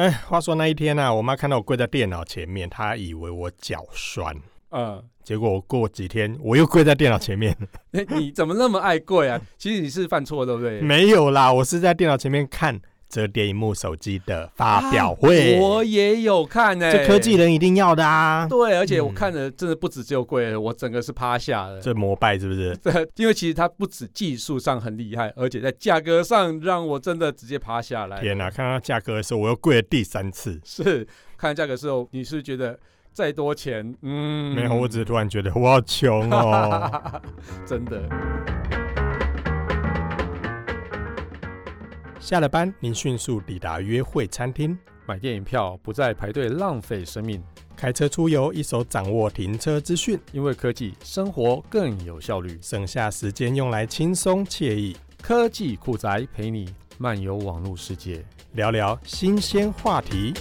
话说那一天啊，我妈看到我跪在电脑前面，她以为我脚酸。结果我过几天我又跪在电脑前面。 你怎么那么爱跪啊？其实你是犯错对不对？ 没有啦，我是在电脑前面看折叠萤幕手机的发表会。 我也有看这科技人一定要的啊。 对，而且我看的真的不止只有跪，我整个是趴下的。 这膜拜是不是？ 对，因为其实它不止技术上很厉害，而且在价格上让我真的直接趴下来。 天哪，看到价格的时候我又跪了第3次。 是，看价格的时候你是觉得再多钱没有，我只是突然觉得我好穷哦。 真的。 下了班，您迅速抵达约会餐厅， 买电影票不再排队浪费生命， 开车出游一手掌握停车资讯， 因为科技生活更有效率， 省下时间用来轻松惬意。 科技酷宅陪你漫游网络世界， 聊聊新鲜话题。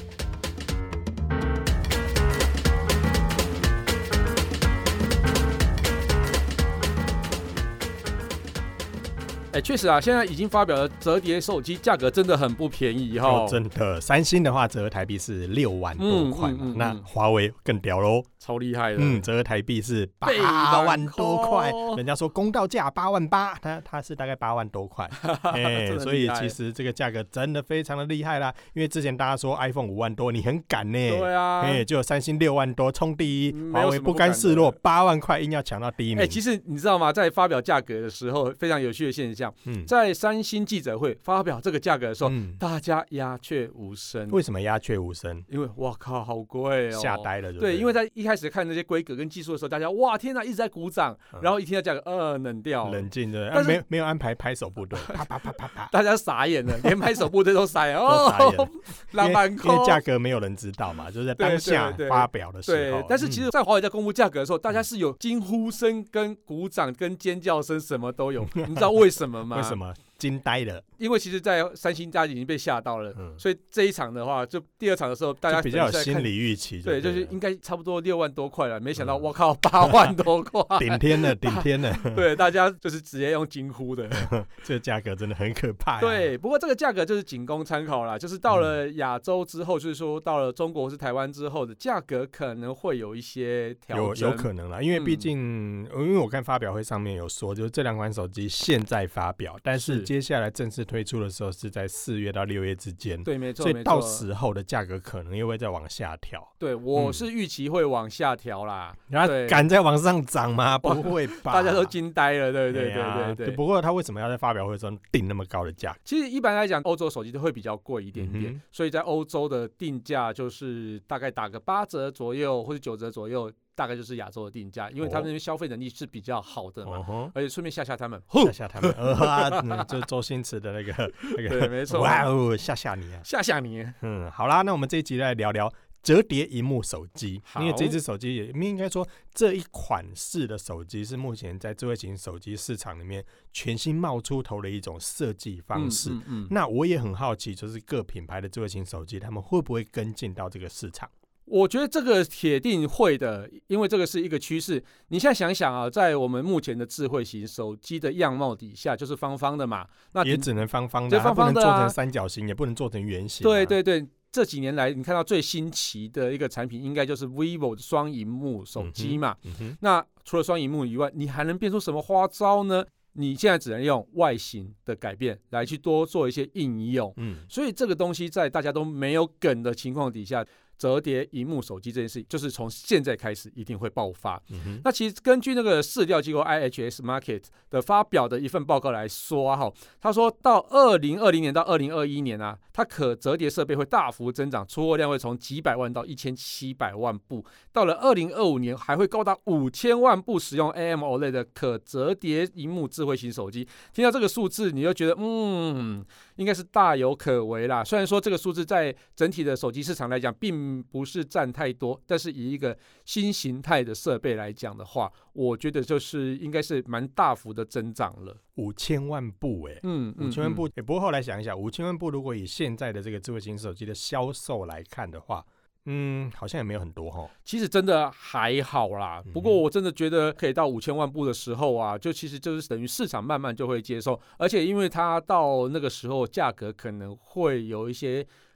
确实啊，现在已经发表了折叠手机，价格真的很不便宜哈。 真的，三星的话折合台币是6万多块嘛，那华为更屌喽， 超厉害的。 折合台币是8万多块，人家说公道价8万8，它是大概8万多块。所以其实这个价格真的非常的厉害啦。因为之前大家说 iPhone 5万多，你很敢呢。 对啊， 就有三星6万多冲第一，华为不甘示弱，8万块硬要抢到第一名。 其实你知道吗？在发表价格的时候，非常有趣的现象。在三星记者会发表这个价格的时候，大家鸦雀无声。 为什么鸦雀无声？ 因为哇靠，好贵哦， 吓呆了。 对，因为在一开始看那些规格跟技术的时候，大家哇天哪，一直在鼓掌，然后一听到价格，冷掉， 冷静的，但是没有安排拍手部队，啪啪啪啪啪， 大家傻眼了，连拍手部队都傻眼因为价格没有人知道嘛，就是在当下发表的时候。 对，但是其实在华为在公布价格的时候，大家是有惊呼声、跟鼓掌、跟尖叫声，什么都有。你知道为什么吗？ 为什么？惊呆了， 因为其实，在三星家已经被吓到了，所以这一场的话，就第2场的时候，大家比较有心理预期， 对，就是应该差不多6万多块了，没想到我靠8万多块， 顶天了，顶天了， 对，大家就是直接用惊呼的， 这个价格真的很可怕。 对，不过这个价格就是仅供参考啦，就是到了亚洲之后，就是说到了中国或是台湾之后的价格可能会有一些调整， 有可能啦，因为毕竟，因为我看发表会上面有说，就是这2款手机现在发表，但是接下来正式推出的时候是在4月到6月之间， 对，没错， 所以到时候的价格可能又会再往下调。 对，我是预期会往下调啦， 然后敢再往上涨吗？不会吧， 大家都惊呆了，对。 不过他为什么要在发表会中定那么高的价格？ 其实一般来讲，欧洲手机都会比较贵一点点，所以在欧洲的定价就是大概打个8折左右或者9折左右。大概就是亚洲的定价，因为他们那边消费能力是比较好的嘛，而且顺便吓他们， 就是周星驰的那个， 对，没错， 哇哦，吓你啊， 吓你。 好啦，那我们这一集来聊聊折叠萤幕手机，因为这支手机也应该说这一款式的手机是目前在智慧型手机市场里面全新冒出头的一种设计方式。那我也很好奇，就是各品牌的智慧型手机，他们会不会跟进到这个市场？ 我觉得这个铁定会的，因为这个是一个趋势。你现在想想啊，在我们目前的智慧型手机的样貌底下，就是方方的嘛，那也只能方方的，它不能做成三角形，也不能做成圆形。 对，这几年来你看到最新奇的一个产品，应该就是 vivo 的双萤幕手机嘛。那除了双萤幕以外，你还能变出什么花招呢？你现在只能用外形的改变来去多做一些应用。所以这个东西在大家都没有梗的情况底下，折叠萤幕手机这件事就是从现在开始一定会爆发。那其实根据那个市调机构 IHS Markit 的发表的一份报告来说，他说到2020年到2021年啊，它可折叠设备会大幅增长，出货量会从几百万到1700万部，到了2025年还会高达5000万部使用 AMOLED 的可折叠萤幕智慧型手机。听到这个数字，你就觉得应该是大有可为啦。虽然说这个数字在整体的手机市场来讲并不是占太多，但是以一个新形态的设备来讲的话，我觉得就是应该是蛮大幅的增长了。 5000万部5000万部不过后来想一想，5000万部如果以现在的这个智慧型手机的销售来看的话，好像也没有很多其实真的还好啦，不过我真的觉得可以到5000万部的时候啊，就其实就是等于市场慢慢就会接受，而且因为它到那个时候价格可能会有一些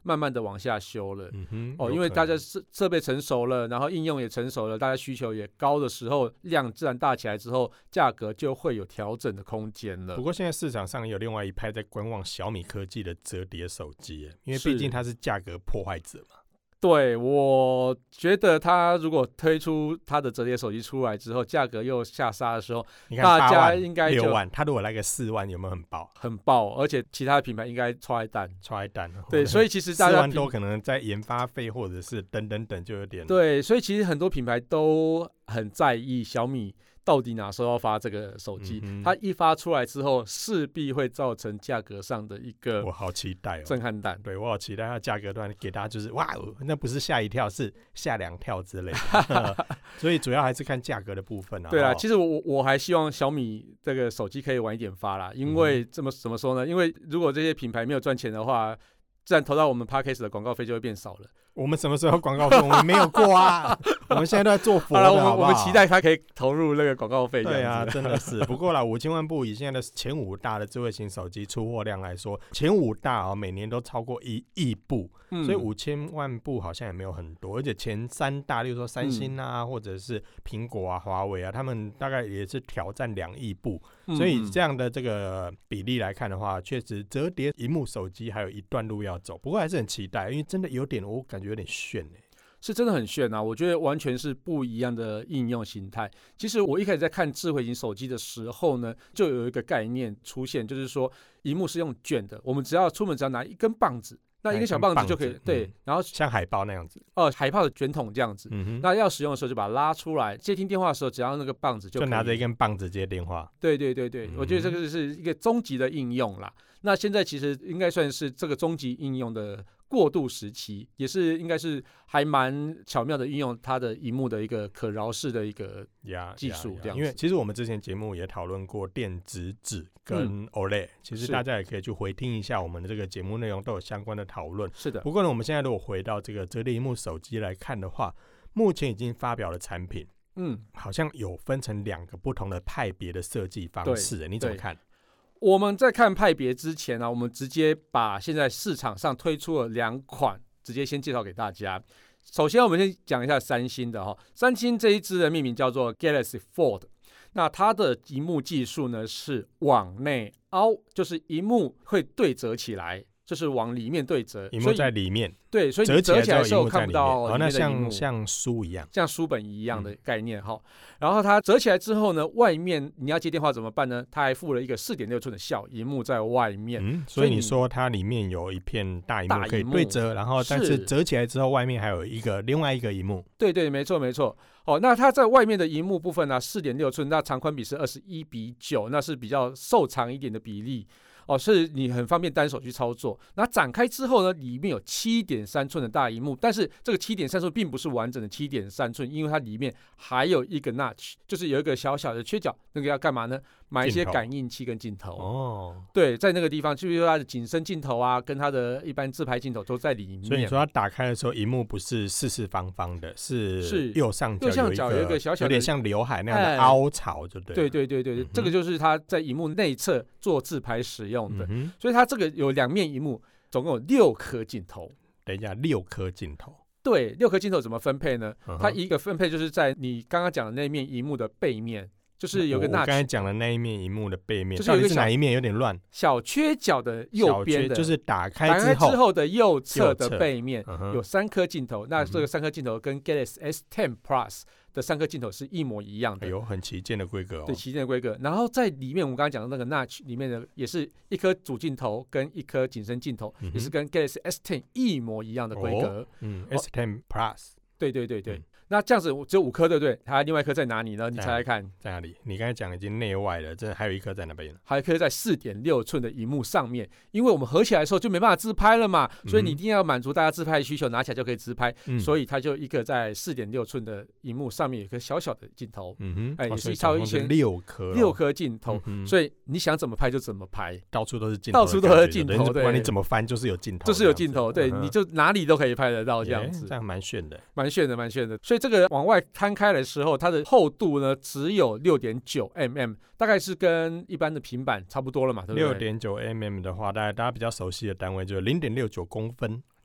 慢慢的往下修了。因为有可能大家设备成熟了，然后应用也成熟了，大家需求也高的时候，量自然大起来之后，价格就会有调整的空间了。 不过现在市场上有另外一派在观望小米科技的折叠手机，因为毕竟它是价格破坏者嘛。 对，我觉得它如果推出它的折叠手机出来之后，价格又下杀的时候， 你看大家 8万应该就 6万，它如果来个4万，有没有很爆？ 很爆，而且其他的品牌应该踹蛋。 踹蛋。 对，所以其实大家 4万多可能在研发费或者是等等等就有点。 对，所以其实很多品牌都很在意小米到底哪时候要发这个手机，它一发出来之后，势必会造成价格上的一个我好期待震撼弹。 对，我好期待它价格段给大家就是哇，那不是吓一跳，是吓2跳之类的。所以主要还是看价格的部分啊。 对啦，其实我还希望小米这个手机可以晚一点发啦，因为怎么说呢？因为如果这些品牌没有赚钱的话，自然投到我们 Podcast 的广告费就会变少了。 我们什么时候广告费？我们没有过啊。我们现在都在做佛的，好不好？ 我们期待它可以投入那个广告费。 对啊，真的是。不过啦，5000万部以现在的前5大的智慧型手机出货量来说，前5大每年都超过1亿部，所以5000万部好像也没有很多。而且前3大，例如说三星啊，或者是苹果啊、华为啊，他们大概也是挑战2亿部。所以这样的这个比例来看的话，确实折叠萤幕手机还有一段路要走。不过还是很期待，因为真的有点，我感觉有点炫是真的很炫啊！我觉得完全是不一样的应用形态。其实我一开始在看智慧型手机的时候呢，就有一个概念出现，就是说萤幕是用卷的，我们只要出门只要拿一根棒子，那一根小棒子就可以对，然后像海报那样子， 海报的卷筒这样子。那要使用的时候就把它拉出来，接听电话的时候只要那个棒子就可以， 就拿着一根棒子接电话。 对，我觉得这个是一个终极的应用啦。那现在其实应该算是这个终极应用的过渡时期，也是应该是还蛮巧妙的运用它的萤幕的一个可绕式的一个技术这样子。 因为其实我们之前节目也讨论过电子纸跟 OLED，其实大家也可以去回听一下我们的这个节目内容，都有相关的讨论。 是的。 不过呢，我们现在如果回到这个折叠萤幕手机来看的话，目前已经发表的产品，好像有分成2个不同的派别的设计方式，你怎么看？ 我们在看派别之前呢，我们直接把现在市场上推出了2款，直接先介绍给大家。首先，我们先讲一下三星的哈，三星这一支的命名叫做 Galaxy Fold， 那它的萤幕技术呢是往内凹，就是萤幕会对折起来。就是往里面对折， 萤幕在里面， 对，所以你折起来的时候看不到里面的萤幕， 那像书一样， 像书本一样的概念哈。然后它折起来之后呢，外面你要接电话怎么办呢？它还附了一个4.6寸的小萤幕在外面， 所以你说它里面有一片大萤幕可以对折，然后但是折起来之后，外面还有另外一个萤幕。 对，没错。那它在外面的萤幕部分呢，4.6寸，那长宽比是21:9，那是比较瘦长一点的比例。是你很方便单手去操作。那展开之后呢，里面有7.3寸的大萤幕，但是这个7.3寸并不是完整的7.3寸，因为它里面还有一个 notch， 就是有一个小小的缺角，那个要干嘛呢？买一些感应器跟镜头。对，在那个地方，就是它的景深镜头啊，跟它的一般自拍镜头都在里面。 所以你说它打开的时候，萤幕不是四四方方的，是右上角有一个小小的，有点像刘海那样的凹槽，就对。 对，这个就是它在萤幕内侧做自拍使用的。所以它这个有2面萤幕，总共有6颗镜头。 等一下，6颗镜头。 对，6颗镜头怎么分配呢？它一个分配就是在你刚刚讲的那面萤幕的背面。就是有个我刚才讲的那一面萤幕的背面， 就是有一个是哪一面有点乱？ 小缺角的右边的， 就是打开之后的右侧的背面有3颗镜头。那这个3颗镜头跟 Galaxy S10 Plus 的3颗镜头是一模一样的， 很旗舰的规格对，旗舰的规格。然后在里面，我们刚刚讲的那个 Notch 里面的也是1颗主镜头跟1颗景深镜头，也是跟 Galaxy S10 一模一样的规格。 S10 Plus。 对。那这样子只有5颗，对不对？它另外1颗在哪里呢？你猜猜看， 在哪里？你刚才讲已经内外了，这还有1颗在哪边？ 还有1颗在4.6寸的萤幕上面，因为我们合起来的时候就没办法自拍了嘛，所以你一定要满足大家自拍的需求，拿起来就可以自拍。所以它就一个在4.6寸的萤幕上面有一颗小小的镜头，也是超一圈6颗镜头，所以你想怎么拍就怎么拍， 到处都是镜头，不管你怎么翻就是有镜头， 就是有镜头，对，你就哪里都可以拍得到这样子， 这样蛮炫的。 所以这个往外摊开的时候，它的厚度呢只有6.9mm， 大概是跟一般的平板差不多了嘛，对不对？ 6.9mm 的话，大家比较熟悉的单位就是0.69公分。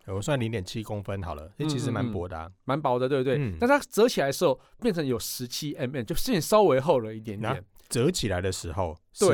我算0.7公分好了，其实蛮薄的啊， 蛮薄的，对不对？但它折起来的时候变成有17mm， 就现在稍微厚了一点点。 折起来的时候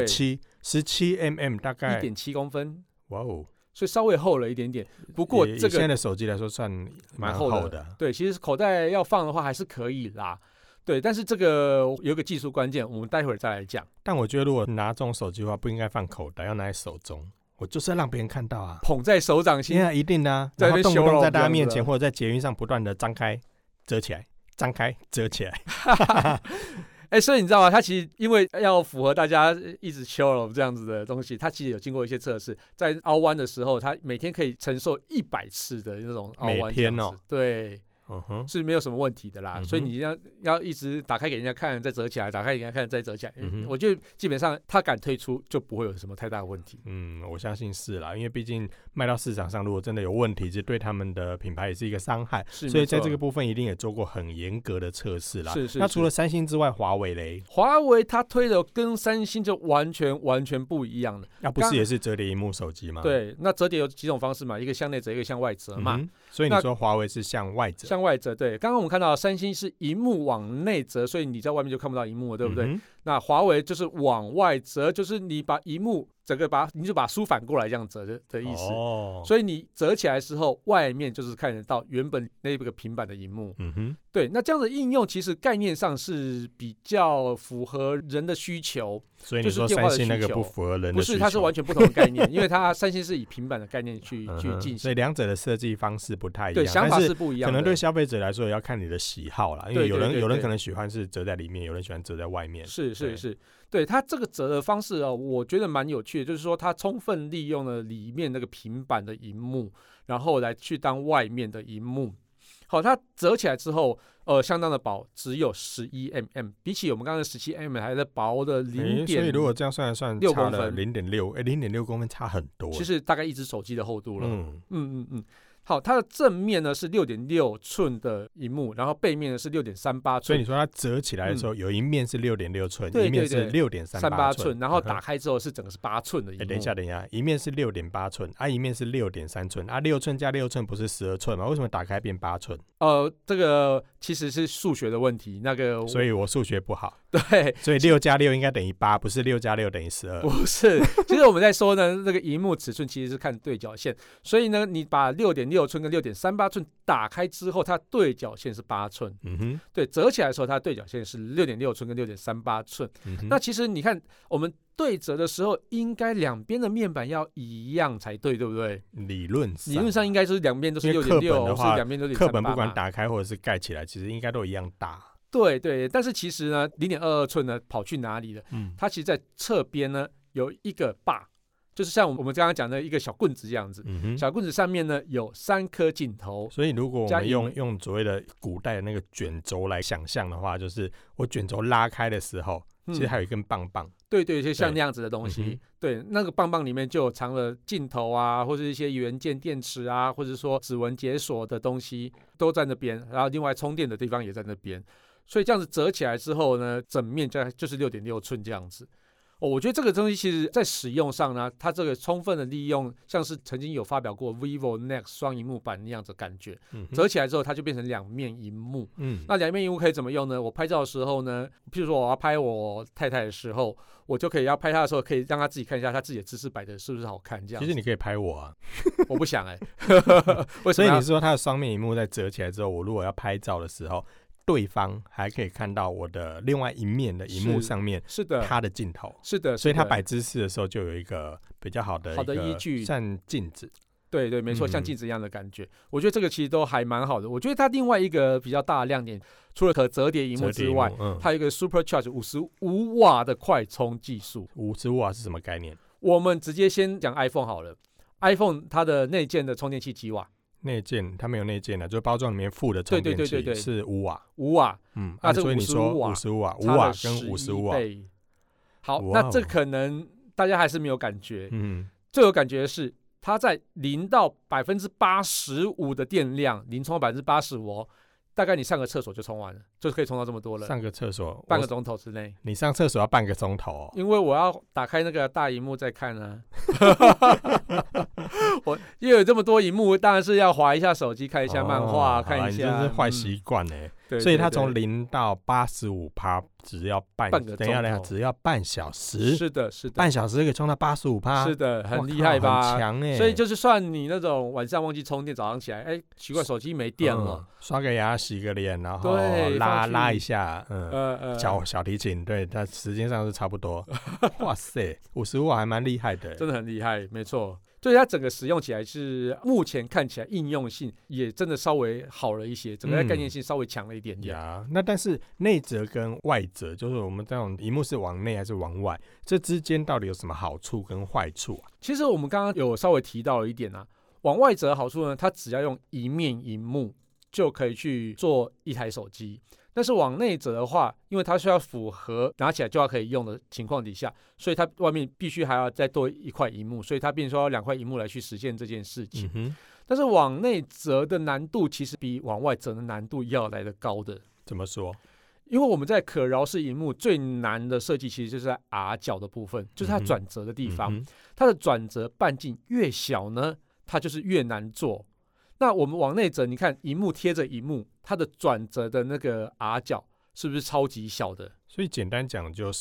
17mm 大概 1.7公分， 哇哦！ 所以稍微厚了一点点，不过这个现在的手机来说算蛮厚的。 对，其实口袋要放的话还是可以啦。对，但是这个有一个技术关键，我们待会儿再来讲。 但我觉得如果拿这种手机的话，不应该放口袋，要拿在手中。我就是要让别人看到啊， 捧在手掌心。 一定的啊，然后动不动在大家面前或者在捷运上不断的张开、折起来、张开、折起来。 所以你知道吗？它其实因为要符合大家一直 chill 这样子的东西，它其实有经过一些测试，在凹弯的时候，它每天可以承受100次的那种凹弯。每天哦，对。是没有什么问题的啦，所以你要一直打开给人家看，再折起来，打开给人家看，再折起来。我觉得基本上他敢推出，就不会有什么太大的问题。 我相信是啦，因为毕竟卖到市场上，如果真的有问题，这对他们的品牌也是一个伤害。所以在这个部分一定也做过很严格的测试啦。是。那除了三星之外，华为嘞？ 华为它推的跟三星就完全不一样的。 那不是也是折叠萤幕手机吗？ 对，那折叠有几种方式嘛，一个向内折，一个向外折嘛。 所以你说华为是向外折？ 向外折，对。刚刚我们看到三星是萤幕往内折，所以你在外面就看不到萤幕了，对不对？那华为就是往外折，就是你把萤幕整个你就把书反过来这样折的意思。所以你折起来的时候，外面就是看得到原本那个平板的萤幕。对，那这样的应用其实概念上是比较符合人的需求。 所以你说三星那个不符合人的需求？ 不是，它是完全不同的概念，因为它三星是以平板的概念去进行， 所以两者的设计方式不太一样， 对，想法是不一样的。 可能对消费者来说也要看你的喜好啦，因为有人可能喜欢是折在里面，有人喜欢折在外面。 是，对，它这个折的方式我觉得蛮有趣的，就是说它充分利用了里面那个平板的萤幕，然后来去当外面的萤幕。好，它折起来之后，相当的薄，只有11mm，比起我们刚刚的17mm还在薄的0.6， 所以如果这样算一算，差了0.6公分，差很多。 其实大概一只手机的厚度了。好，它的正面呢是6.6寸的萤幕，然后背面呢是6.38寸。 所以你说它折起来的时候，有一面是6.6寸，一面是6.38寸， 然后打开之后是整个是8寸的萤幕。 等一下，一面是6.8寸，一面是6.3寸，6寸加6寸不是12寸吗？为什么打开变8寸？ 这个其实是数学的问题， 所以我数学不好。 对， 所以6加6应该等于8，不是6加6等于12。 不是，其实我们在说呢，这个萤幕尺寸其实是看对角线，所以呢，你把6.6寸跟6.38寸打开之后，它对角线是8寸。对，折起来的时候，它对角线是6.6寸跟6.38寸。那其实你看，我们对折的时候，应该两边的面板要一样才对，对不对？ 理论上应该是两边都是6.6，是两边都是6.38。 课本不管打开或者是盖起来，其实应该都一样大。 对，但是其实呢，0.22寸呢跑去哪里了？它其实在侧边呢有一个把，就是像我们刚刚讲的一个小棍子这样子。小棍子上面呢有3颗镜头。 所以如果我们用所谓的古代的那个卷轴来想象的话，就是我卷轴拉开的时候，其实还有一根棒棒。 对，就像那样子的东西。对，那个棒棒里面就藏了镜头啊，或者一些元件、电池啊，或者说指纹解锁的东西都在那边，然后另外充电的地方也在那边。所以这样子折起来之后呢，整面就是6.6寸这样子。我觉得这个东西其实在使用上呢，它这个充分的利用，像是曾经有发表过 vivo Nex 双萤幕版那样子的感觉。折起来之后，它就变成2面萤幕。那2面萤幕可以怎么用呢？我拍照的时候呢，譬如说我要拍我太太的时候，我就可以要拍她的时候，可以让她自己看一下她自己的姿势摆的是不是好看这样。 其实你可以拍我啊， 我不想所以你是说它的双面萤幕在折起来之后，我如果要拍照的时候，对方还可以看到我的另外一面的萤幕上面是的他的镜头。 是的， 所以他摆姿势的时候就有一个比较好的依据， 像镜子。 对，没错，像镜子一样的感觉。我觉得这个其实都还蛮好的。我觉得它另外一个比较大的亮点，除了可折叠萤幕之外，它有一个 Supercharge 55瓦的快充技术。 55瓦是什么概念？ 我们直接先讲 iPhone 好了。iPhone 它的内建的充电器几瓦？ 内建它没有内建的，就是包装里面附的充电器是5瓦。 5瓦， 那这个55瓦，55瓦，5瓦跟55瓦。 好，那这可能大家还是没有感觉。最有感觉的是，它在0到85%的电量，零充到85%哦，大概你上个厕所就充完了，就可以充到这么多了。 上个厕所半个钟头之内。 你上厕所要半个钟头？ 因为我要打开那个大萤幕再看啊。 我因为有这么多荧幕，当然是要滑一下手机，看一下漫画，看一下。 这是坏习惯哎。所以它从0到85%只要半个钟头，只要半小时。 是的，是的， 半小时可以充到85%。 是的，很厉害吧？ 很强哎。 所以就是算你那种晚上忘记充电，早上起来，奇怪，手机没电了， 刷个牙，洗个脸，然后拉一下，小提琴，对，它时间上是差不多。哇塞，55%还蛮厉害的， 真的很厉害，没错。所以它整个使用起来是目前看起来应用性也真的稍微好了一些，整个概念性稍微强了一点点。 那但是内折跟外折，就是我们这种萤幕是往内还是往外，这之间到底有什么好处跟坏处啊？ 其实我们刚刚有稍微提到了一点啊，往外折的好处呢，它只要用一面萤幕就可以去做一台手机。但是往内折的话，因为它需要符合拿起来就要可以用的情况底下，所以它外面必须还要再多一块萤幕，所以它变成说要2块萤幕来去实现这件事情。但是往内折的难度其实比往外折的难度要来得高的。 怎么说？ 因为我们在可挠式萤幕最难的设计其实就是在 R 角的部分，就是它转折的地方。它的转折半径越小呢，它就是越难做。那我们往内折，你看萤幕贴着萤幕，它的转折的那个 R 角是不是超级小的？ 所以简单讲就是，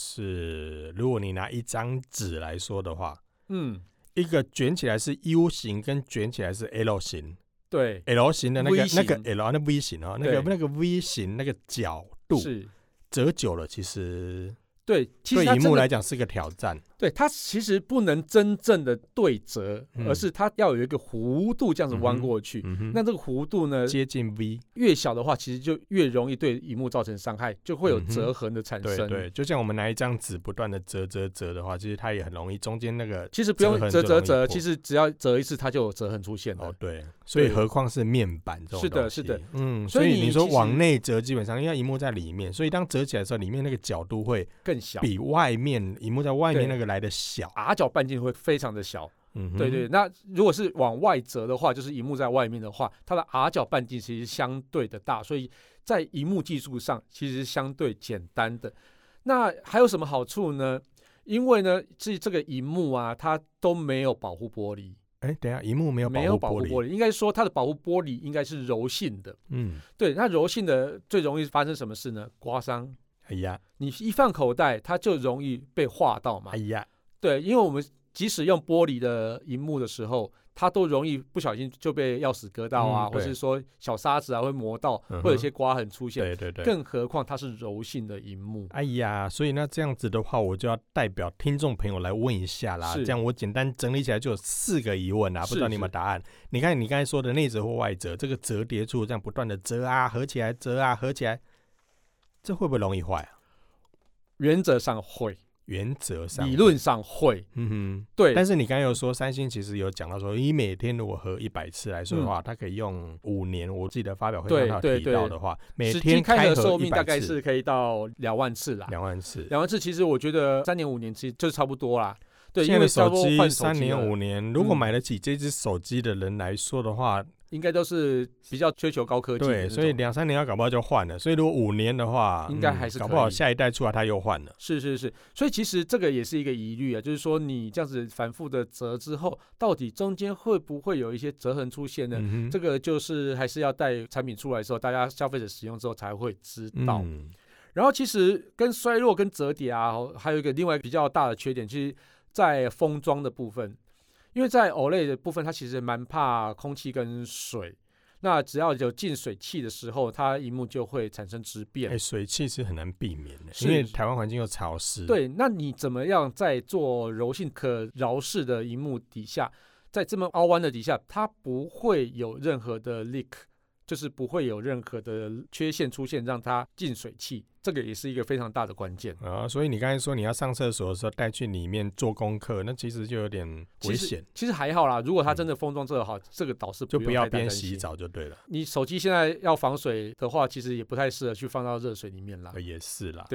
如果你拿一张纸来说的话，一个卷起来是 U 型，跟卷起来是 L 型。 对 ，L 型的那个 L 那 V 型哦， 那个 V 型那个角度是折久了，其实对萤幕来讲是个挑战。 对，它其实不能真正的对折，而是它要有一个弧度这样子弯过去。那这个弧度呢， 接近 V， 越小的话，其实就越容易对萤幕造成伤害，就会有折痕的产生。 对，就像我们拿一张纸不断的折的话，其实它也很容易中间那个其实不用折，其实只要折一次，它就有折痕出现了。 对，所以何况是面板这种东西。 是的， 所以你说往内折，基本上因为萤幕在里面，所以当折起来的时候，里面那个角度会更小， 比外面萤幕在外面那个来的小。 R 角半径会非常的小。对，那如果是往外折的话，就是萤幕在外面的话，它的 R 角半径其实相对的大，所以在萤幕技术上其实是相对简单的。那还有什么好处呢？因为呢，这个萤幕啊，它都没有保护玻璃。 等一下，萤幕没有保护玻璃， 应该说它的保护玻璃应该是柔性的。对，那柔性的最容易发生什么事呢？刮伤。你一放口袋，它就容易被划到嘛。对，因为我们即使用玻璃的萤幕的时候，它都容易不小心就被钥匙割到啊，或是说小沙子啊会磨到，会有一些刮痕出现。 对， 更何况它是柔性的萤幕。 所以那这样子的话，我就要代表听众朋友来问一下啦。这样我简单整理起来就有4个疑问啦，不知道你有没有答案？你看你刚才说的内折或外折，这个折叠处这样不断的折啊合起来，折啊合起来，这会不会容易坏啊？ 原则上会。理论上会，对。 但是你刚才有说，三星其实有讲到说，你每天如果合100次来说的话，它可以用5年。我记得发表会上他有提到的话，每天开合寿命大概是可以到2万次啦。 2万次， 其实我觉得3年5年其实就是差不多啦。对， 现在的手机3年5年，如果买得起这只手机的人来说的话， 应该都是比较追求高科技的。 对，所以2、3年要搞不好就换了。所以如果5年的话， 应该还是搞不好下一代出来它又换了。 是，所以其实这个也是一个疑虑啊，就是说你这样子反复的折之后，到底中间会不会有一些折痕出现呢？这个就是还是要待产品出来的时候，大家消费者使用之后才会知道。然后其实跟衰弱跟折叠啊，还有一个另外比较大的缺点，其实在封装的部分。因为在 OLED 的部分，它其实蛮怕空气跟水。那只要有进水汽的时候，它萤幕就会产生质变。 水汽是很难避免的，因为台湾环境又潮湿。 对，那你怎么样在做柔性可挠式的萤幕底下，在这么凹弯的底下，它不会有任何的 leak， 就是不会有任何的缺陷出现，让它进水汽。这个也是一个非常大的关键所以你刚才说你要上厕所的时候带去里面做功课，那其实就有点危险。 其实还好啦，如果它真的封装做得好，这个倒是就不要边洗澡就对了。 你手机现在要防水的话，其实也不太适合去放到热水里面啦。 也是啦。 对啦。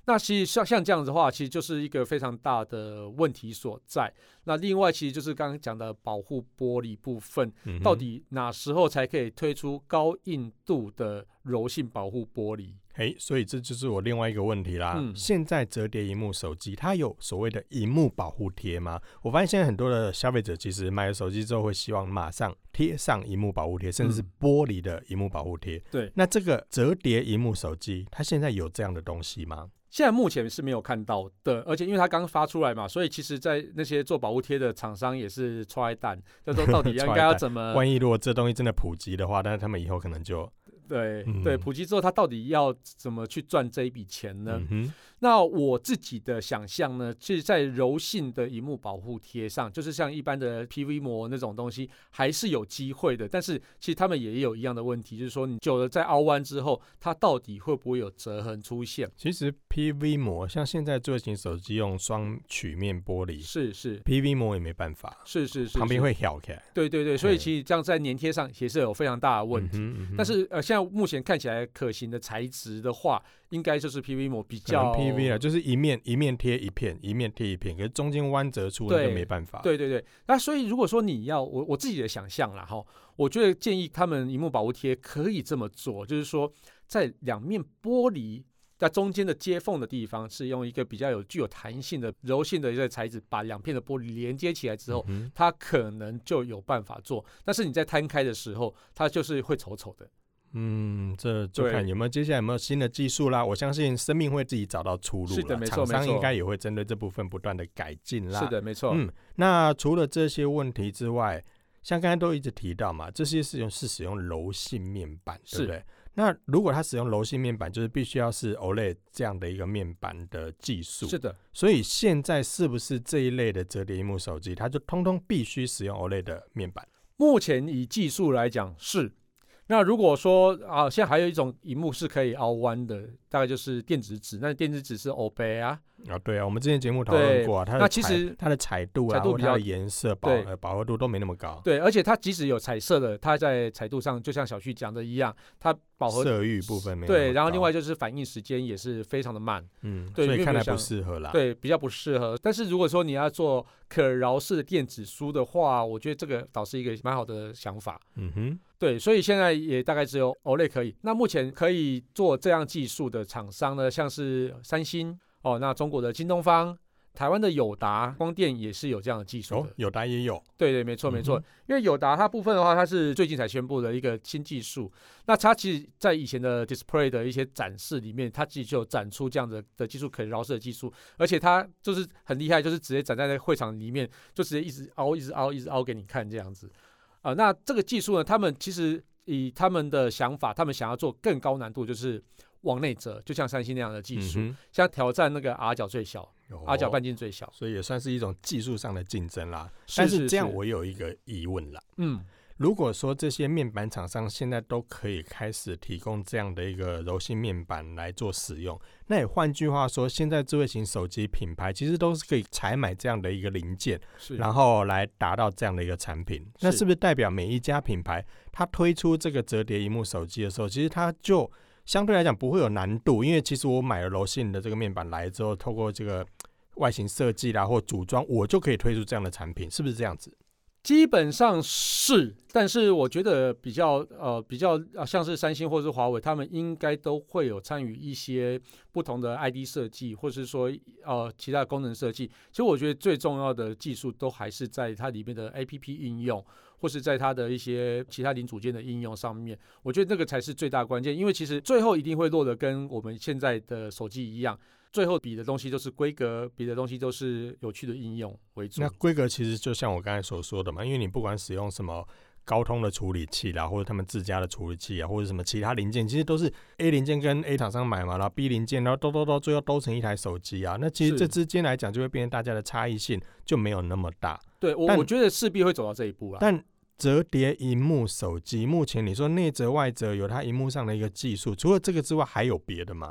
那其实像这样子的话，其实就是一个非常大的问题所在。那另外其实就是刚刚讲的保护玻璃部分，到底哪时候才可以推出高硬度的柔性保护玻璃？ 所以这就是我另外一个问题啦。现在折叠萤幕手机它有所谓的萤幕保护贴吗？我发现现在很多的消费者其实买了手机之后会希望马上贴上萤幕保护贴，甚至是玻璃的萤幕保护贴。 对， 那这个折叠萤幕手机它现在有这样的东西吗？ 现在目前是没有看到的，而且因为它刚发出来嘛，所以其实在那些做保护贴的厂商也是踹蛋，就说到底应该要怎么万一如果这东西真的普及的话，但是他们以后可能就对普及之后，他到底要怎么去赚这一笔钱呢？那我自己的想象呢，是在柔性的萤幕保护贴上，就是像一般的 PV 膜那种东西，还是有机会的。但是其实他们也有一样的问题，就是说你久了在凹弯之后，它到底会不会有折痕出现？ 其实 PV 膜像现在智慧型手机用双曲面玻璃， 是 PV 膜也没办法， 是旁边会挑起来。 对，所以其实这样在粘贴上也是有非常大的问题。但是现在目前看起来可行的材质的话，应该就是 PV 膜比较 PV 啊，就是一面贴一片，一面贴一片，可是中间弯折处那就没办法。 对，那所以如果说你要我自己的想象啦，我觉得建议他们萤幕保护贴可以这么做，就是说在两面玻璃在中间的接缝的地方，是用一个比较具有弹性的柔性的一个材质，把两片的玻璃连接起来之后，它可能就有办法做。但是你在摊开的时候，它就是会丑丑的。 这就看有没有接下来有没有新的技术啦。我相信生命会自己找到出路啦。 是的，没错， 厂商应该也会针对这部分不断的改进啦。 是的，没错。 那除了这些问题之外，像刚才都一直提到嘛，这些是使用柔性面板，对不对？那如果它使用柔性面板，就是必须要是 OLED 这样的一个面板的技术。 是的。 所以现在是不是这一类的折叠萤幕手机，它就通通必须使用 OLED 的面板？ 目前以技术来讲是。那如果说现在还有一种萤幕是可以凹弯的，大概就是电子纸。那电子纸是 OLED 啊。 对啊，我们之前节目讨论过啊， 那其实它的彩度啊，或它的颜色饱和度都没那么高。 对，而且它即使有彩色的，它在彩度上就像小旭讲的一样，它饱和色域部分没有那么高。 对，然后另外就是反应时间也是非常的慢。对， 所以看来不适合啦。 对，比较不适合。但是如果说你要做可挠式的电子书的话，我觉得这个倒是一个蛮好的想法。对，所以现在也大概只有 OLED 可以。那目前可以做这样技术的厂商呢，像是三星那中国的京东方、台湾的友达光电也是有这样的技术的。 友达也有。 对，没错。因为友达它部分的话，它是最近才宣布的一个新技术。那它其实在以前的 display 的一些展示里面，它其实就有展出这样的技术，可以挠式的技术，而且它就是很厉害，就是直接展在那个会场里面，就直接一直凹给你看这样子。那这个技术呢，他们其实以他们的想法，他们想要做更高难度，就是往内折，就像三星那样的技术，像挑战那个 R 角最小，R 角半径最小， 所以也算是一种技术上的竞争啦。但是这样我有一个疑问啦，如果说这些面板厂商现在都可以开始提供这样的一个柔性面板来做使用，那也换句话说，现在智慧型手机品牌其实都是可以采买这样的一个零件，然后来达到这样的一个产品。那是不是代表每一家品牌它推出这个折叠萤幕手机的时候，其实它就相对来讲不会有难度？因为其实我买了柔性的这个面板来之后，透过这个外形设计啦或组装，我就可以推出这样的产品，是不是这样子？ 基本上是，但是我觉得比较像是三星或是华为，他们应该都会有参与一些不同的 ID 设计，或是说其他的功能设计。其实我觉得最重要的技术都还是在它里面的 APP 应用，或是在它的一些其他零组件的应用上面。我觉得那个才是最大关键，因为其实最后一定会落得跟我们现在的手机一样。最后比的东西都是规格，比的东西都是有趣的应用为主。 那规格其实就像我刚才所说的嘛，因为你不管使用什么高通的处理器啦，或者他们自家的处理器啊，或者什么其他零件，其实都是 A 零件跟 A 厂商买嘛，然后 B 零件，然后最后都成一台手机啊。那其实这之间来讲，就会变成大家的差异性就没有那么大。 对，我觉得势必会走到这一步啦。 但折叠萤幕手机目前你说内折外折有它萤幕上的一个技术，除了这个之外还有别的吗？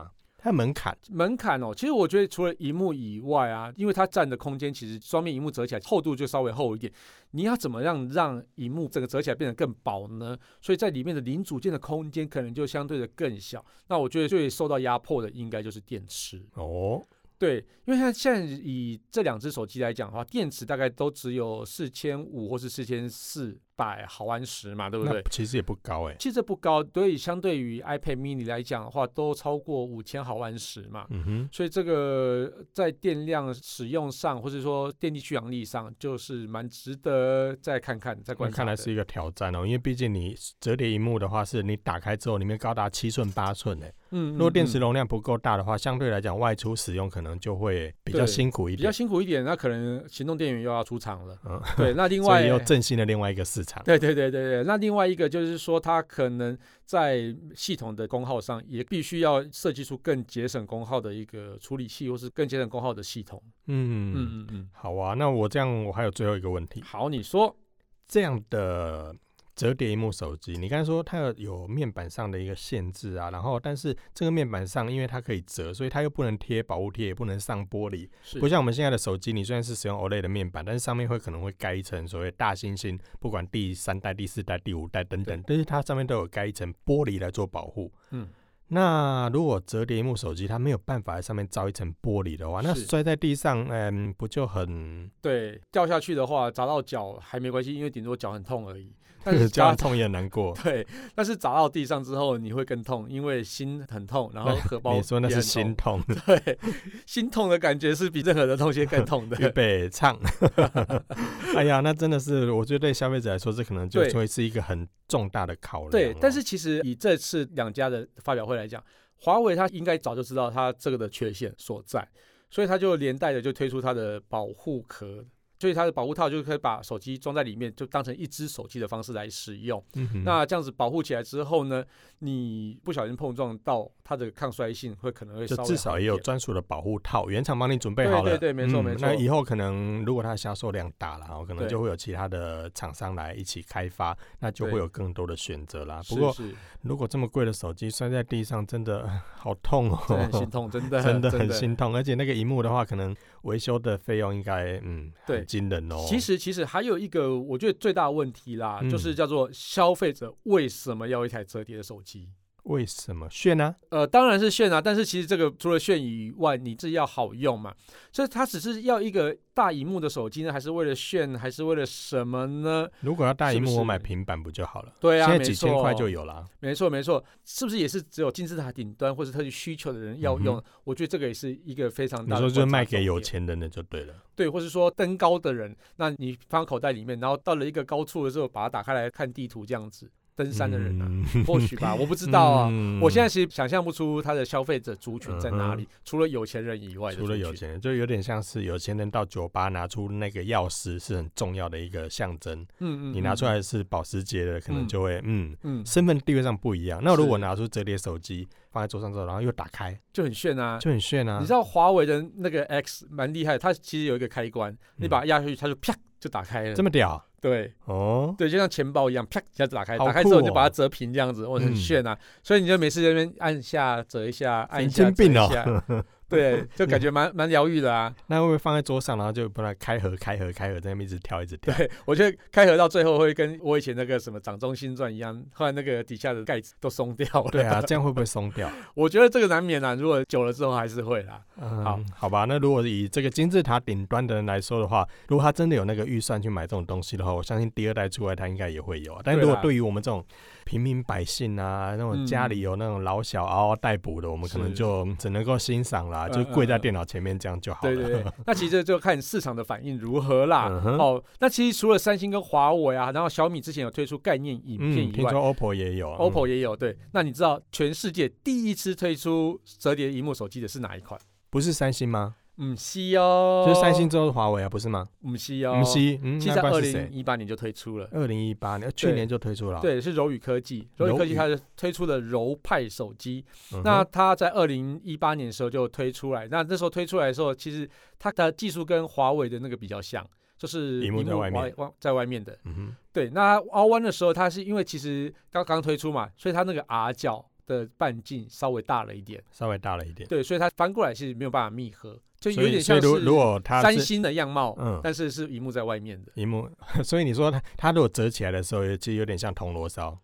它门槛其实我觉得除了萤幕以外啊，因为它占的空间其实双面萤幕折起来厚度就稍微厚一点，你要怎么样让萤幕整个折起来变得更薄呢？所以在里面的零组件的空间可能就相对的更小。那我觉得最受到压迫的应该就是电池哦。 对，因为现在以这2只手机来讲的话，电池大概都只有4500或是4400毫安时嘛，对不对？ 那其实也不高其实这不高，所以相对于 iPad mini 来讲的话，都超过5000毫安时嘛。所以这个在电量使用上，或者说电力续航力上，就是蛮值得再看看、再观察的。 看来是一个挑战哦，因为毕竟你折叠萤幕的话，是你打开之后里面高达7寸8寸诶。如果电池容量不够大的话，相对来讲外出使用可能就会比较辛苦一点。 比较辛苦一点，那可能行动电源又要出厂了。对，那另外所以又振兴了另外一个市场。 对，那另外一个就是说，它可能在系统的功耗上也必须要设计出更节省功耗的一个处理器，或是更节省功耗的系统。 好啊，那我还有最后一个问题。 好，你说这样的折叠萤幕手机，你刚才说它有面板上的一个限制啊，然后但是这个面板上因为它可以折，所以它又不能贴保护贴，也不能上玻璃，不像我们现在的手机，你虽然是使用 OLED 的面板，但是上面可能会盖一层所谓大猩猩，不管第3代、第4代、第5代等等，但是它上面都有盖一层玻璃来做保护。那如果折叠萤幕手机它没有办法在上面罩一层玻璃的话，那摔在地上不就很对，掉下去的话砸到脚还没关系，因为顶多脚很痛而已，但是脚很痛也很难过。 对，但是砸到地上之后你会更痛，因为心很痛，然后荷包你说那是心痛。 对，心痛的感觉是比任何的东西更痛的。 预备唱。哎呀，那真的是我觉得对消费者来说，这可能就会是一个很重大的考量。 对，但是其实以这次2家的发表会来讲，华为它应该早就知道它这个的缺陷所在，所以它就连带的就推出它的保护壳，所以它的保护套就可以把手机装在里面，就当成一只手机的方式来使用。那这样子保护起来之后呢，你不小心碰撞到它的抗摔性可能会稍微好一点， 就至少也有专属的保护套，原厂帮你准备好了。 对，没错。 那以后可能如果它的销售量大了，可能就会有其他的厂商来一起开发，那就会有更多的选择啦。不过如果这么贵的手机摔在地上，真的好痛哦， 真的很心痛，真的很心痛。而且那个萤幕的话，可能维修的费用应该很惊人哦。 其实还有一个我觉得最大的问题啦，就是叫做消费者为什么要一台折叠的手机？ 为什么炫啊？ 当然是炫啊，但是其实这个除了炫以外，你自己要好用嘛，所以它只是要一个大萤幕的手机呢，还是为了炫，还是为了什么呢？ 如果要大萤幕，我买平板不就好了？ 对啊， 现在几千块就有了。 没错，是不是也是只有金字塔顶端或是特殊需求的人要用？我觉得这个也是一个非常大的。 你说就是卖给有钱人的就对了。 对，或是说登高的人，那你放口袋里面，然后到了一个高处的时候，把它打开来看地图这样子。登山的人啊，或许吧，我不知道啊。我现在其实想象不出他的消费者族群在哪里，除了有钱人以外的。 除了有钱人，就有点像是有钱人到酒吧拿出那个钥匙是很重要的一个象征。你拿出来是保时捷的，可能就会身份地位上不一样。那如果拿出折叠手机放在桌上之后，然后又打开， 就很炫啊，你知道华为的那个 X 蛮厉害，它其实有一个开关，你把它压下去，它就啪就打开了。 这么屌？ 对对，就像钱包一样，啪一下子打开， 打开之后就把它折平这样子，很炫啊。所以你就每次在那边按下折一下，按一下折一下。对，就感觉蛮疗愈的啊。 那会不会放在桌上，然后就把它开合，在那边一直跳？ 对，我觉得开合到最后会跟我以前那个什么掌中心转一样，后来那个底下的盖子都松掉了。 对啊，这样会不会松掉？ 我觉得这个难免啊，如果久了之后还是会啦。 好吧，那如果以这个金字塔顶端的人来说的话，如果他真的有那个预算去买这种东西的话，我相信第2代出来他应该也会有。但如果对于我们这种平民百姓啊，那种家里有那种老小嗷嗷待哺的，我们可能就只能够欣赏啦，就跪在电脑前面这样就好了。 对，那其实就看市场的反应如何啦。那其实除了三星跟华为啊，然后小米之前有推出概念影片以外， 听说 OPPO 也有 ，OPPO 也有。对，那你知道全世界第一次推出折叠萤幕手机的是哪一款？ 不是三星吗？ 不是哦， 就是三星之后是华为啊，不是吗？ 不是哦， 不是， 其实在2018年就推出了。 2018年，去年就推出了。 对，是柔宇科技，柔宇科技它推出的柔派手机。那它在2018年的时候就推出来，那时候推出来的时候，其实它的技术跟华为的那个比较像，就是萤幕在外面的。对，那凹弯的时候，它是因为其实刚推出嘛，所以它那个 R 角的半径稍微大了一点，对，所以它翻过来是没有办法密合，就有点像是如果它三星的样貌，但是是萤幕在外面的萤幕，所以你说它如果折起来的时候，其实有点像铜锣烧。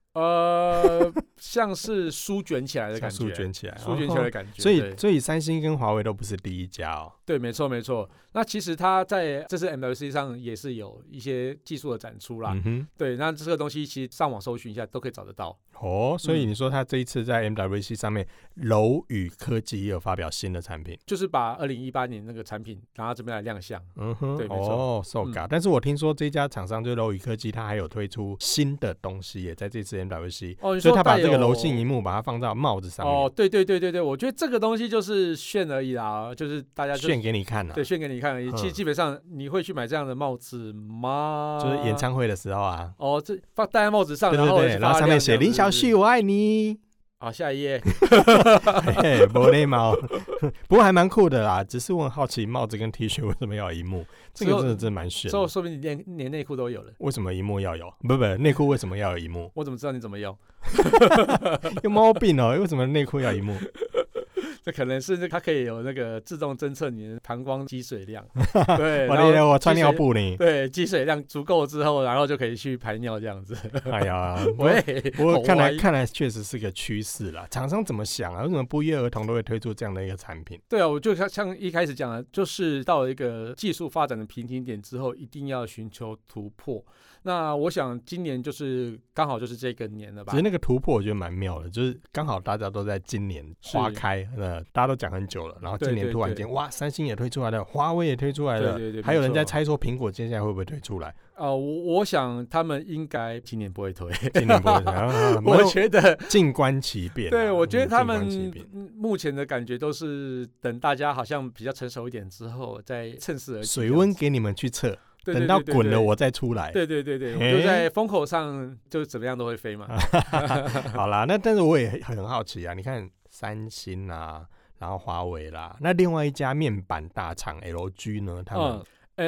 像是书卷起来的感觉， 书卷起来的感觉。 所以三星跟华为都不是第一家哦。 对，没错没错。那其实它在这次 MWC 上也是有一些技术的展出啦。对，那这个东西其实上网搜寻一下都可以找得到。 所以你说它这一次在 MWC 上面，楼宇科技也有发表新的产品， 就是把2018年那个产品拿到这边来亮相。对，没错。 但是我听说这家厂商就是楼宇科技，它还有推出新的东西，也在这次 MWC。所以它把这个柔性萤幕把它放到帽子上面。 对，我觉得这个东西就是炫而已啦，就是大家炫给你看啦。 对，炫给你看而已。其实基本上你会去买这样的帽子吗？ 就是演唱会的时候啊。 这戴在帽子上， 然后上面写林小旭我爱你。 好，下一页。 没礼貌。不过还蛮酷的啦，只是我很好奇帽子跟 T 恤为什么要有萤幕，这个真的蛮炫的。 说不定连内裤都有了。 为什么萤幕要有？不，内裤为什么要有萤幕？ 我怎么知道你怎么用？ 有毛病哦！为什么内裤要萤幕？ 这可能是它可以有那个自动侦测你的膀胱积水量。对， 我穿尿布呢。 对，积水量足够之后，然后就可以去排尿这样子。 哎呀，不过看来确实是个趋势啦。厂商怎么想啊？为什么不约而同都会推出这样的一个产品？ 对啊，我就像一开始讲的，就是到了一个技术发展的瓶颈点之后，一定要寻求突破。那我想今年就是刚好就是这个年了吧。 其实那个突破我觉得蛮妙的，就是刚好大家都在今年花开，大家都讲很久了，然后今年突然间哇，三星也推出来了，华为也推出来了， 对， 还有人在猜说苹果接下来会不会推出来？ 我想他们应该今年不会推。 今年不会推。 我觉得静观其变。 对，我觉得他们目前的感觉都是等大家好像比较成熟一点之后再趁势而起。 水温给你们去测。等到滚了我再出来。 对，我就在风口上，就怎么样都会飞嘛。 好啦，但是我也很好奇啊，你看三星啊，然后华为啦，那另外一家面板大厂 LG 呢，他们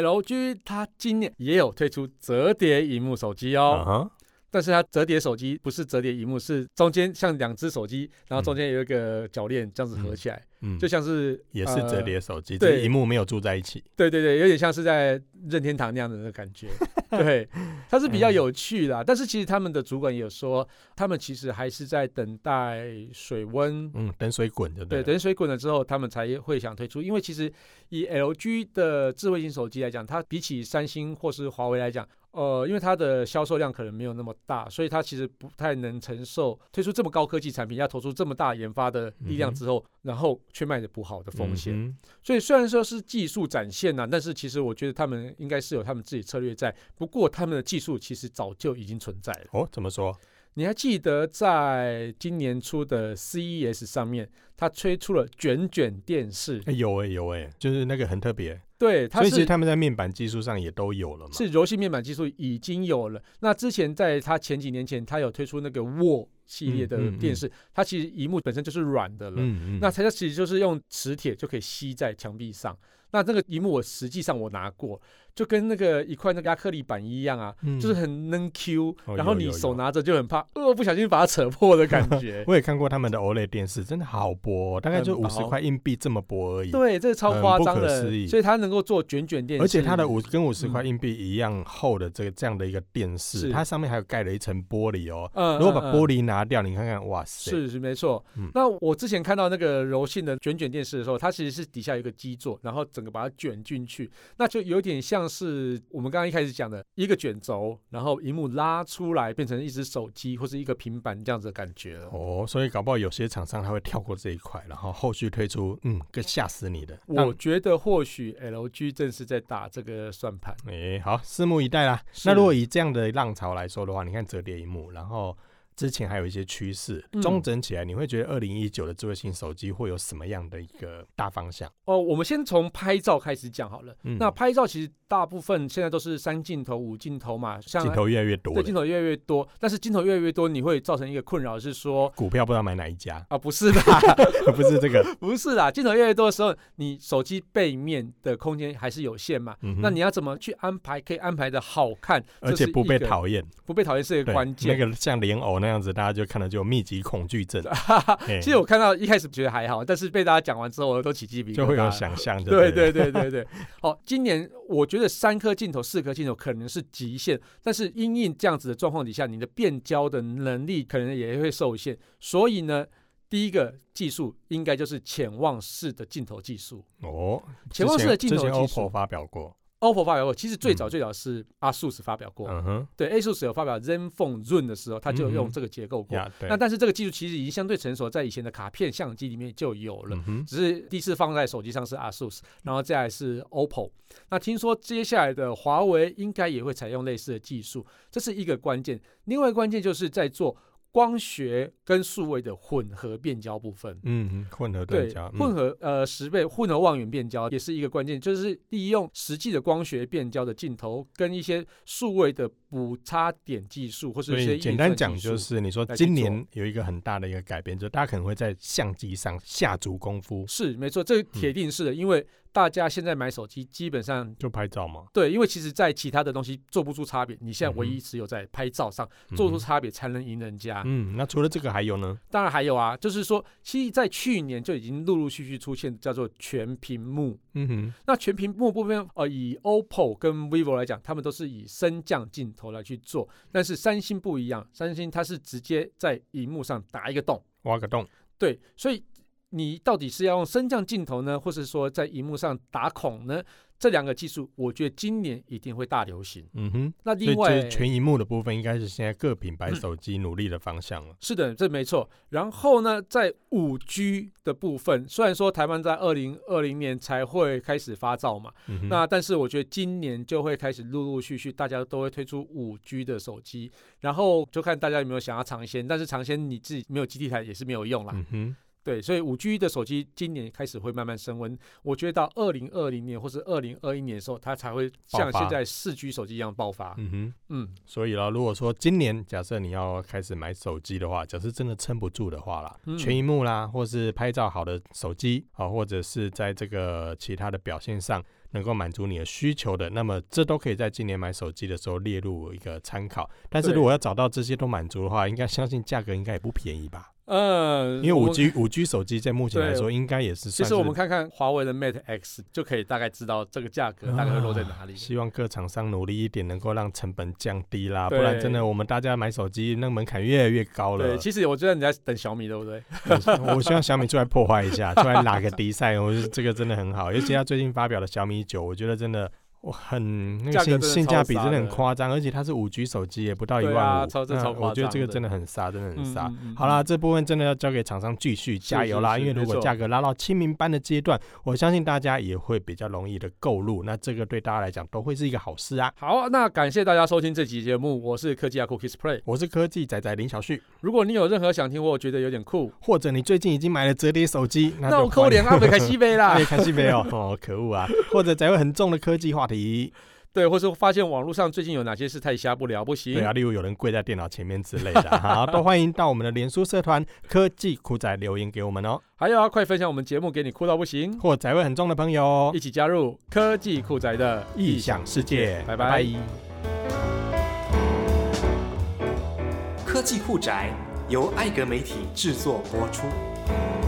LG 它今年也有推出折叠萤幕手机哦。但是它折叠手机不是折叠萤幕，是中间像两只手机，然后中间有一个铰链这样子合起来，就像是也是折叠手机，对，萤幕没有住在一起。 对，有点像是在任天堂那样的感觉。对，它是比较有趣的，但是其实他们的主管也有说，他们其实还是在等待水温， 等水滚就对。 等水滚了之后，他们才会想推出。因为其实以 LG 的智慧型手机来讲，它比起三星或是华为来讲，因为它的销售量可能没有那么大，所以它其实不太能承受推出这么高科技产品，要投出这么大研发的力量之后，然后却卖得不好的风险。所以虽然说是技术展现但是其实我觉得他们应该是有他们自己策略在。不过他们的技术其实早就已经存在了。 怎么说？ 你还记得在今年初的 CES 上面，它推出了卷电视？ 有就是那个很特别。 对， 所以其实他们在面板技术上也都有了嘛。 是柔性面板技术已经有了。那之前在它前几年前，它有推出那个WOW系列的电视，它其实萤幕本身就是软的了。那它其实就是用磁铁就可以吸在墙壁上。那这个萤幕实际上我拿过，就跟那个一块那个亚克力板一样啊，就是很能 Q，然后你手拿着就很怕不小心把它扯破的感觉。 我也看过他们的 OLED 电视，真的好薄，大概就50块硬币这么薄而已。 对，这超夸张的， 不可思议。 所以它能够做卷电视， 而且它的跟50块硬币一样厚的这样的一个电视，它上面还有盖了一层玻璃哦。如果把玻璃拿掉，你看看，哇塞！ 是没错。那我之前看到那个柔性的卷电视的时候，它其实是底下有一个基座，然后整个把它卷进去，那就有点像是我们刚刚一开始讲的一个卷轴，然后萤幕拉出来变成一只手机或是一个平板这样子的感觉了。 所以搞不好有些厂商他会跳过这一块，然后后续推出更吓死你的。 我觉得或许 LG 正是在打这个算盘。 好，拭目以待啦。那如果以这样的浪潮来说的话，你看折叠萤幕，然后之前还有一些趋势，综整起来，你会觉得2019的智慧型手机会有什么样的一个大方向？ 我们先从拍照开始讲好了。那拍照其实大部分现在都是3镜头、5镜头嘛，像镜头越来越多， 对，镜头越来越多。但是镜头越来越多，你会造成一个困扰是说， 股票不知道买哪一家不是啦， 不是这个， 不是啦。镜头越来越多的时候，你手机背面的空间还是有限嘛。那你要怎么去安排，可以安排的好看， 而且不被讨厌？ 不被讨厌是一个关键。 那个像莲藕那样子，大家就看了就有密集恐惧症。 其实我看到一开始觉得还好，但是被大家讲完之后，我都起鸡皮疙瘩， 就会有想象。 对。好，今年我觉得3颗镜头、4颗镜头可能是极限，但是因应这样子的状况底下，你的变焦的能力可能也会受限。所以呢，第一个技术应该就是潜望式的镜头技术。潜望式的镜头技术， 之前 OPPO 发表过。 OPPO 发表过，其实最早是 ASUS 发表过。对 ，ASUS 有发表 ZenFone Zoom 的时候，它就有用这个结构过。那但是这个技术其实已经相对成熟，在以前的卡片相机里面就有了，只是第一次放在手机上是 ASUS， 然后再来是 OPPO。那听说接下来的华为应该也会采用类似的技术，这是一个关键。另外一个关键就是在做光学跟数位的混合变焦部分， 混合对焦， 混合10倍混合望远变焦也是一个关键，就是利用实际的光学变焦的镜头跟一些数位的补差点技术，或是一些简单讲就是你说今年有一个很大的一个改变，就是大家可能会在相机上下足功夫。 是没错，这铁定是的，因为大家现在买手机基本上就拍照嘛。 对，因为其实在其他的东西做不出差别，你现在唯一只有在拍照上做出差别才能赢人家。 那除了这个还有呢？ 当然还有啊，就是说其实在去年就已经陆陆续续出现叫做全屏幕。那全屏幕部分以 OPPO 跟 vivo 来讲，他们都是以升降镜头来去做，但是三星不一样，三星它是直接在荧幕上打一个洞， 挖个洞。 对，所以你到底是要用升降镜头呢，或是说在荧幕上打孔呢？这2个技术，我觉得今年一定会大流行。那另外， 所以全萤幕的部分应该是现在各品牌手机努力的方向了。 是的，这没错。然后呢，在5G 的部分，虽然说台湾在2020年才会开始发照嘛，那但是我觉得今年就会开始陆陆续续，大家都会推出5G 的手机，然后就看大家有没有想要尝鲜，但是尝鲜你自己没有基地台也是没有用啦。对，所以5G 的手机今年开始会慢慢升温，我觉得到2020年或是2021年的时候，它才会像现在4G 手机一样爆发。 所以如果说今年假设你要开始买手机的话，假设真的撑不住的话啦，全萤幕啦，或是拍照好的手机，或者是在这个其他的表现上能够满足你的需求的，那么这都可以在今年买手机的时候列入一个参考。但是如果要找到这些都满足的话，应该相信价格应该也不便宜吧？因为5G 手机在目前来说应该也是算是， 其实我们看看华为的 Mate X 就可以大概知道这个价格大概会落在哪里。 希望各厂商努力一点，能够让成本降低啦，不然真的我们大家买手机那个门槛越来越高了。 对，其实我觉得你在等小米，对不对？ 我希望小米出来破坏一下，出来拿个迪赛，我觉得这个真的很好。尤其他最近发表的小米9，我觉得真的那个性价比真的很夸张，而且它是5G 手机也不到1万5， 超夸张， 我觉得这个真的很杀，真的很杀。好啦，这部分真的要交给厂商继续加油啦，因为如果价格拉到亲民班的阶段，我相信大家也会比较容易的购入，那这个对大家来讲都会是一个好事啊。 好，那感谢大家收听这期节目，我是科技阿酷 Kiss Play， 我是科技仔仔林小旭。 如果你有任何想听或觉得有点酷， 或者你最近已经买了折叠手机， 那我扣脸阿北开西杯啦， 开西杯哦，可恶啊！或者载有很重的科技话题。 对，或是发现网络上最近有哪些事太瞎不了不行， 对啊，例如有人跪在电脑前面之类的，好，都欢迎到我们的脸书社团科技酷仔留言给我们哦。 还有快分享我们节目给你酷到不行或载味很重的朋友， 一起加入科技酷仔的异想世界。拜拜。 科技酷宅由艾格媒体制作播出。